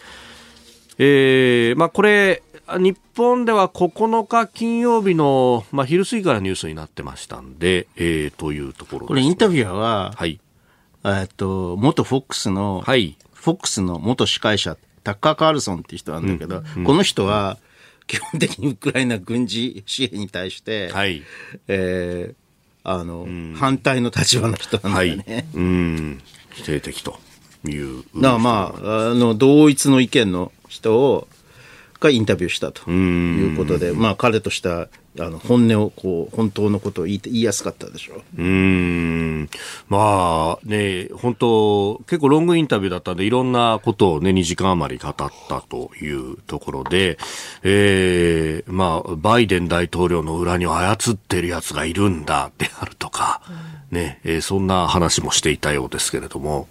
えーまあ、これ日本ではここのか金曜日の、まあ、昼過ぎからニュースになってましたんで、えー、というところですね。 これインタビュアーは、はい、えっと元フォックスの、はい、フォックスの元司会者タッカー・カールソンっていう人なんだけど、うんうん、この人は基本的にウクライナ軍事支援に対して、はいえー、あの、うん、反対の立場の人なんだよね、はい、 うん否定的というだからまあ、あの同一の意見の人をがインタビューしたということで、まあ彼としたあの本音をこう本当のことを言い、言いやすかったでしょう。 うーんまあね本当結構ロングインタビューだったんでいろんなことをねにじかん余り語ったというところで、えー、まあバイデン大統領の裏に操ってるやつがいるんだであるとか、ねえー、そんな話もしていたようですけれども。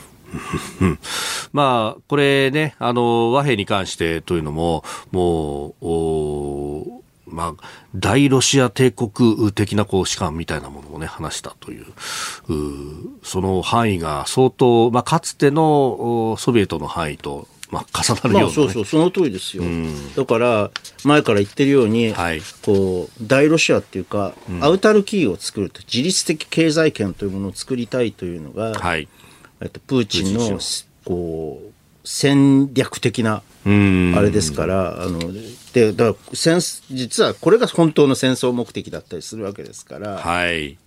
まあこれねあの和平に関してというのももうまあ大ロシア帝国的なこう主観みたいなものをね話したという、うその範囲が相当、まあ、かつてのソビエトの範囲とまあ、重なるような、ねまあ、 そうそうその通りですよ、うん、だから前から言ってるように、はい、こう大ロシアっていうか、うん、アウタルキーを作ると自律的経済圏というものを作りたいというのが、はいえっと、プーチンのこう戦略的なあれですからあのでだから戦実はこれが本当の戦争目的だったりするわけですから、はい、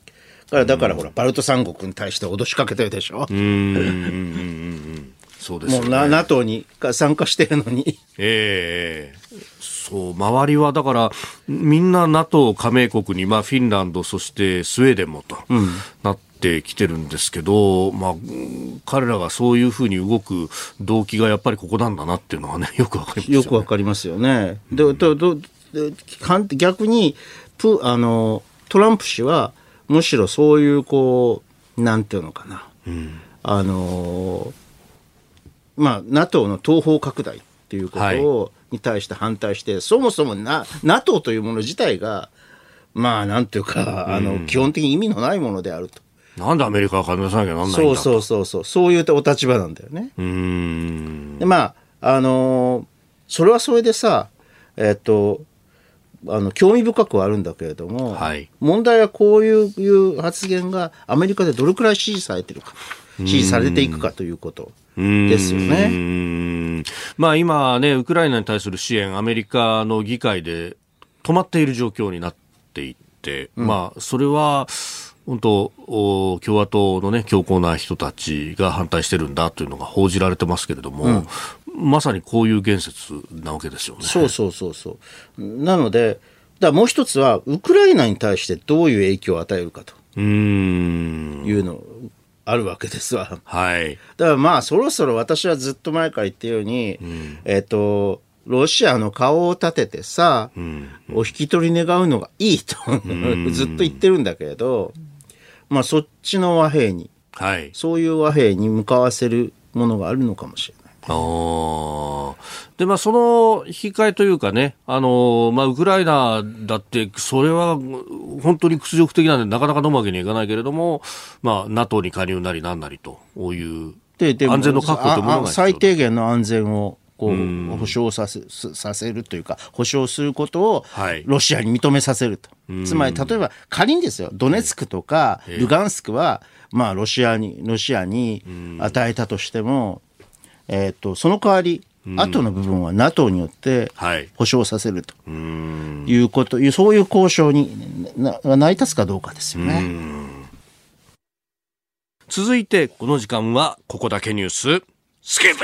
からだからほらバルト三国に対して脅しかけてるでしょ。 うんうんうんうんうんそうですよね。 もう NATO に参加してるのに。 ええー、そう周りはだからみんな NATO 加盟国に、まあ、フィンランドそしてスウェーデンもと、うん、なってきてるんですけど、まあ、彼らがそういうふうに動く動機がやっぱりここなんだなっていうのはねよくわかりますよね。 よくわかりますよね。でどど逆にプあのトランプ氏はむしろそういうこうなんていうのかな、うん、あのまあ NATO の東方拡大っていうことを、はい、に対して反対して、そもそもな NATO というもの自体がまあなんていうか、うん、あの基本的に意味のないものであると。 なんでアメリカが金出さなきゃなんないんだと。 そうそうそうそうそういうお立場なんだよね。 うーんでまああのそれはそれでさえっとあの興味深くはあるんだけれども、はい、問題はこういう発言がアメリカでどれくらい支持されているか、支持されていくかということですよね。 うーんまあ、今ねウクライナに対する支援アメリカの議会で止まっている状況になっていて、うん、まあそれは本当共和党のね強硬な人たちが反対してるんだというのが報じられてますけれども、うんまさにこういう言説なわけですよね。 そうそうそうそうなのでだからもう一つはウクライナに対してどういう影響を与えるかとうーんいうのあるわけですわ。 はい。 だからまあそろそろ私はずっと前から言ってるように、うん、えっとロシアの顔を立ててさ、うんうん、お引き取り願うのがいいとずっと言ってるんだけれど、まあそっちの和平に、はい、そういう和平に向かわせるものがあるのかもしれない。 あでまあ、その引き換えというかね、あのまあ、ウクライナだってそれは本当に屈辱的なんでなかなか飲むわけにはいかないけれども、まあ、NATO に加入なりなんなりという安全の確保というものが最低限の安全をこう保障させ、させるというか保障することをロシアに認めさせると、はい、つまり例えば仮にですよドネツクとかルガンスクは、まあ、ロシアに、ロシアに与えたとしてもえー、とその代わり、うん、後の部分は NATO によって保障させると、はい、いうこと、そういう交渉にな成り立つかどうかですよね。 続いてこの時間はここだけニューススキップ。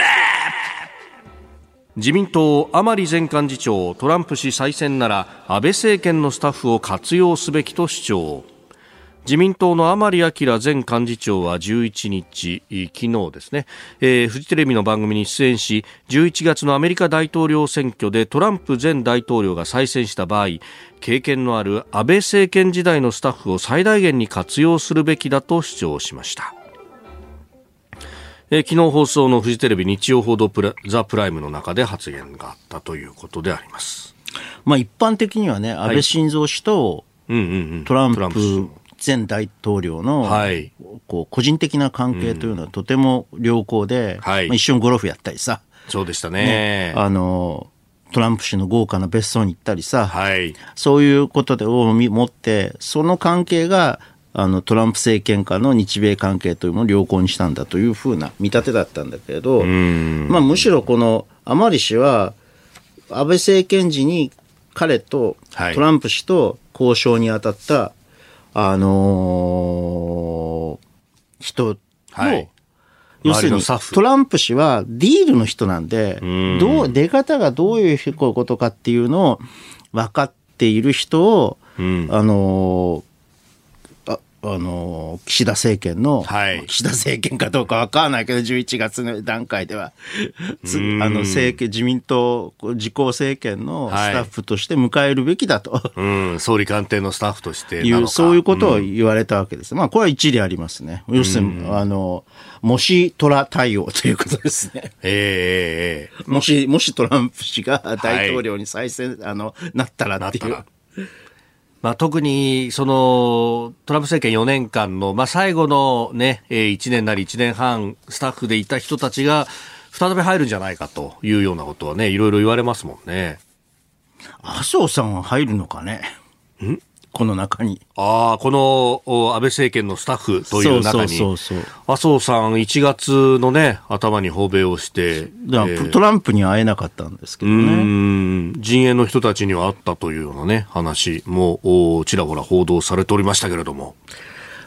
自民党甘利前幹事長トランプ氏再選なら安倍政権のスタッフを活用すべきと主張。自民党の甘利明前幹事長はじゅういちにち昨日ですね、えー、フジテレビの番組に出演しじゅういちがつのアメリカ大統領選挙でトランプ前大統領が再選した場合経験のある安倍政権時代のスタッフを最大限に活用するべきだと主張しました。えー、昨日放送のフジテレビ日曜報道プラザプライムの中で発言があったということであります。 まあ、一般的にはね安倍晋三氏とトランプ前大統領の、はい、こう個人的な関係というのはとても良好で、うんはいまあ、一緒にゴルフやったりさそうでした ね, ねあのトランプ氏の豪華な別荘に行ったりさ、はい、そういうことでを持ってその関係があのトランプ政権下の日米関係というのを良好にしたんだというふうな見立てだったんだけれど、うんまあ、むしろこの甘利氏は安倍政権時に彼とトランプ氏と交渉に当たった、はいあのー、人の、はい、要するにトランプ氏はディールの人なんで、うんどう出方がどういうことかっていうのを分かっている人を、うん、あのーあの岸田政権の、はい、岸田政権かどうか分からないけどじゅういちがつの段階ではあの政権自民党自公政権のスタッフとして迎えるべきだと、はいうん、総理官邸のスタッフとしていう、そういうことを言われたわけです。まあこれは一理ありますね。要するにあのもしトラ対応ということですね。 えー、 もしもしトランプ氏が大統領に再選、はい、あのなったらっていう。 まあ、特にそのトランプ政権よねんかんの、まあ、最後の、ね、いちねんなりいちねんはんスタッフでいた人たちが再び入るんじゃないかというようなことはねいろいろ言われますもんね。 麻生さんは入るのかねんこの中に。 ああこの安倍政権のスタッフという中にそうそうそうそう麻生さんいちがつのね頭に訪米をしてだから、えー、トランプには会えなかったんですけどね。 うん陣営の人たちにはあったというようなね話もちらほら報道されておりましたけれども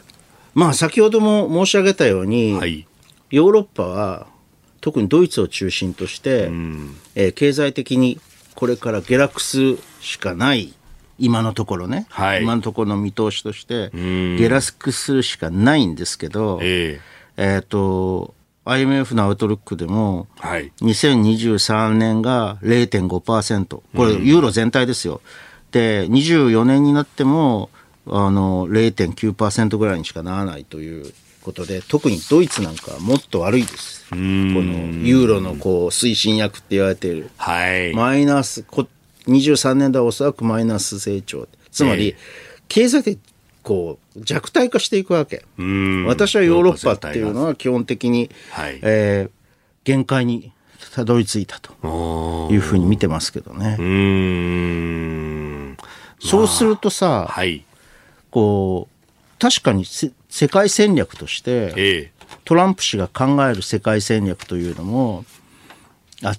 まあ先ほども申し上げたように、はい、ヨーロッパは特にドイツを中心として、うんえー、経済的にこれから下落するしかない今のところね、はい、今のところの見通しとして下落するしかないんですけど、えーえー、と アイエムエフ のアウトルックでも、はい、にせんにじゅうさんねんが れいてんごパーセント これユーロ全体ですよ。でにじゅうよねんになってもあの れいてんきゅうパーセント ぐらいにしかならないということで、特にドイツなんかはもっと悪いです。このユーロのこう推進役って言われている、はい、マイナスにじゅうさんねんではおそらくマイナス成長、つまり経済的こう弱体化していくわけ。私はヨーロッパっていうのは基本的に、はいえー、限界にたどり着いたというふうに見てますけどね。うーん、そうするとさ、はい、こう確かに世界戦略として、ええ、トランプ氏が考える世界戦略というのもあって、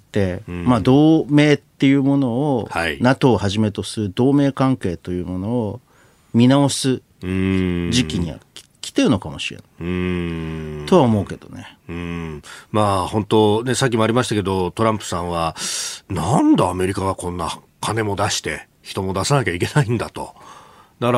うんまあ、同盟っていうものを、はい、NATO をはじめとする同盟関係というものを見直す時期には来てるのかもしれない。うーんとは思うけどね。 うーんまあ本当ね、さっきもありましたけど、トランプさんはなんでアメリカがこんな金も出して人も出さなきゃいけないんだと。だから、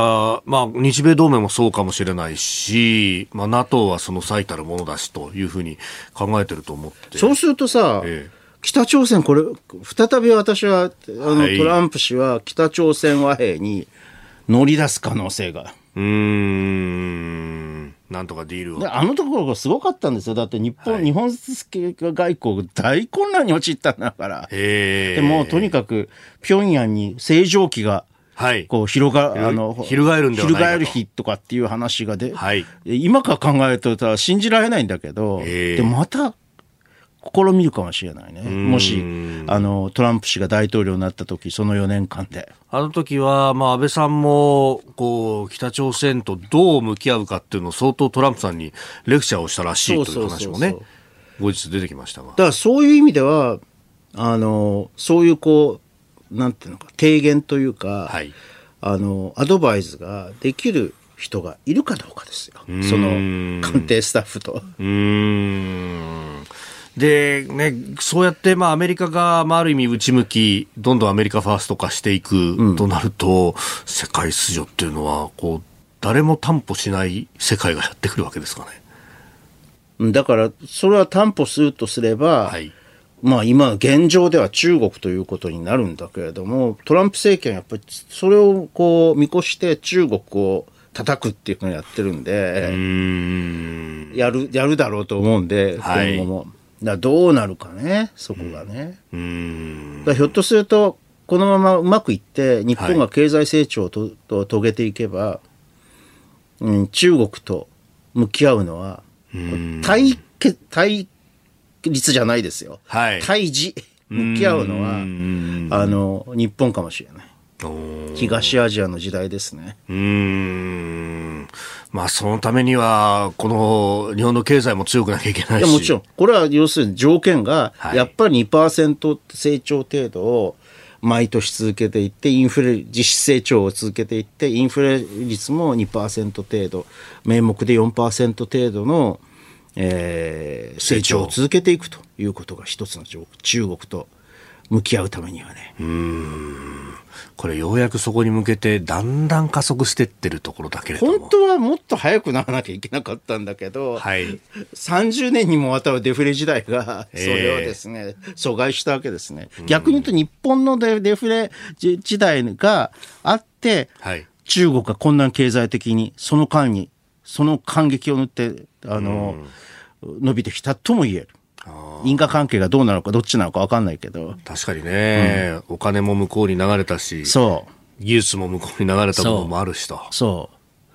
まあ、日米同盟もそうかもしれないし、まあ、NATO はその最たるものだしというふうに考えてると思って。 そうするとさ、ええ、北朝鮮、これ、再び私は、あの、はい、トランプ氏は北朝鮮和平に乗り出す可能性が。 うーん、なんとかディールを。 で、あのところがすごかったんですよ。だって日本、はい、日本外交大混乱に陥ったんだから。へでも、とにかく、平壌に正常期が、はい、こう広があの翻るんではないかと、 翻る日とかっていう話がで、はい、今から考えると信じられないんだけど、でまた試みるかもしれないね。もしあのトランプ氏が大統領になった時、そのよねんかんで、 あの時は、まあ、安倍さんもこう北朝鮮とどう向き合うかっていうのを相当トランプさんにレクチャーをしたらしいという話もね、後日出てきましたが、だからそういう意味ではあのそういうこうなんていうのか提言というか、はい、あのアドバイスができる人がいるかどうかですよ。その官邸スタッフと。うーんでね、そうやって、まあ、アメリカが、まあ、ある意味内向き、どんどんアメリカファースト化していくとなると、うん、世界秩序っていうのはこう誰も担保しない世界がやってくるわけですかね。だからそれは担保するとすれば、はいまあ今現状では中国ということになるんだけれども、トランプ政権はやっぱりそれをこう見越して中国を叩くっていうのをやってるんで、うーんやるやるだろうと思うんで、はい、今後もだどうなるかね、そこがね。うーんだひょっとするとこのままうまくいって日本が経済成長をと、はい、と遂げていけば、うん、中国と向き合うのは対決対率じゃないですよ、はい、対峙向き合うのはあの日本かもしれない。東アジアの時代ですね。 うーんまあそのためにはこの日本の経済も強くなきゃいけないし、いやもちろんこれは要するに条件がやっぱり にパーセント 成長程度を毎年続けていって、インフレ実質成長を続けていって、インフレ率も にパーセント 程度、名目で よんパーセント 程度のえー、成長を続けていくということが一つの中国と向き合うためにはね。うーんこれようやくそこに向けてだんだん加速していってるところだけれども、 本当はもっと早くならなきゃいけなかったんだけど、はい、さんじゅうねんにもわたるデフレ時代がそれをですね、えー、阻害したわけですね。逆に言うと日本のデフレ時代があって、はい、中国がこんな経済的にその間にその感激を縫ってあの、うん、伸びてきたとも言える。因果関係がどうなのかどっちなのか分かんないけど、 確かにね、うん、お金も向こうに流れたし、そう技術も向こうに流れたものもあるしと。 そう、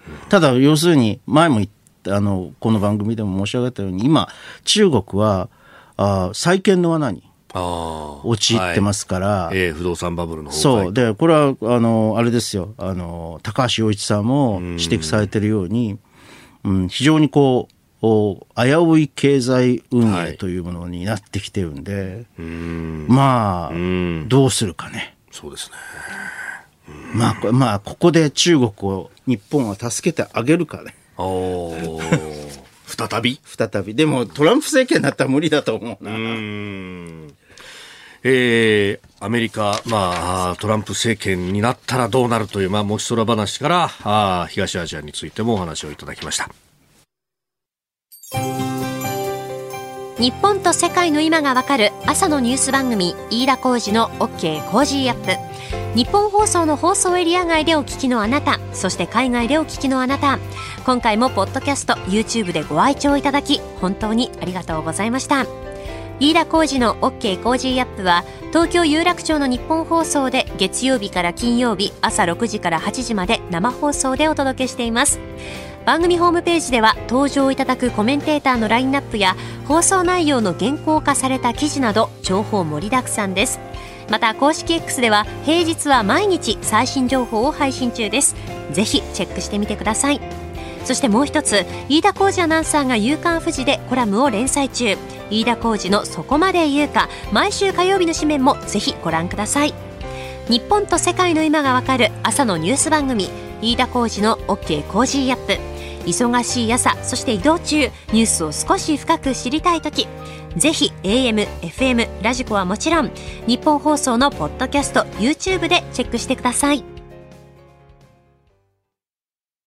うん、ただ要するに前も言ったあのこの番組でも申し上げたように、今中国はあ債券の罠に陥ってますから、 はいえー、不動産バブルの崩壊。そうでこれはあのあれですよ、あの高橋洋一さんも指摘されているように、うん、非常にこう危うい経済運営というものになってきてるんで、はい、うーんまあうんどうするかね。 そうですね。 まあ、まあここで中国を日本は助けてあげるかね。 お再び再び。でもトランプ政権だったら無理だと思うな。 うーん、えー、アメリカ、まあ、トランプ政権になったらどうなるという、まあ、もし空話からあ東アジアについてもお話をいただきました。 日本と世界の今がわかる朝のニュース番組、飯田浩司の OK コージーアップ。日本放送の放送エリア外でお聞きのあなた、そして海外でお聞きのあなた、今回もポッドキャスト YouTube でご愛聴いただき本当にありがとうございました。飯田浩司の OK コージーアップは東京有楽町の日本放送で月曜日から金曜日朝ろくじからはちじまで生放送でお届けしています。番組ホームページでは登場いただくコメンテーターのラインナップや放送内容の原稿化された記事など情報盛りだくさんです。また公式 X では平日は毎日最新情報を配信中です。ぜひチェックしてみてください。そしてもう一つ、飯田浩司アナウンサーが夕刊フジでコラムを連載中、飯田浩司のそこまで言うか、毎週火曜日の紙面もぜひご覧ください。日本と世界の今がわかる朝のニュース番組、飯田浩司の OK コージーアップ。忙しい朝、そして移動中、ニュースを少し深く知りたいとき、ぜひ エーエム、エフエム、ラジコはもちろん日本放送のポッドキャスト YouTube でチェックしてください。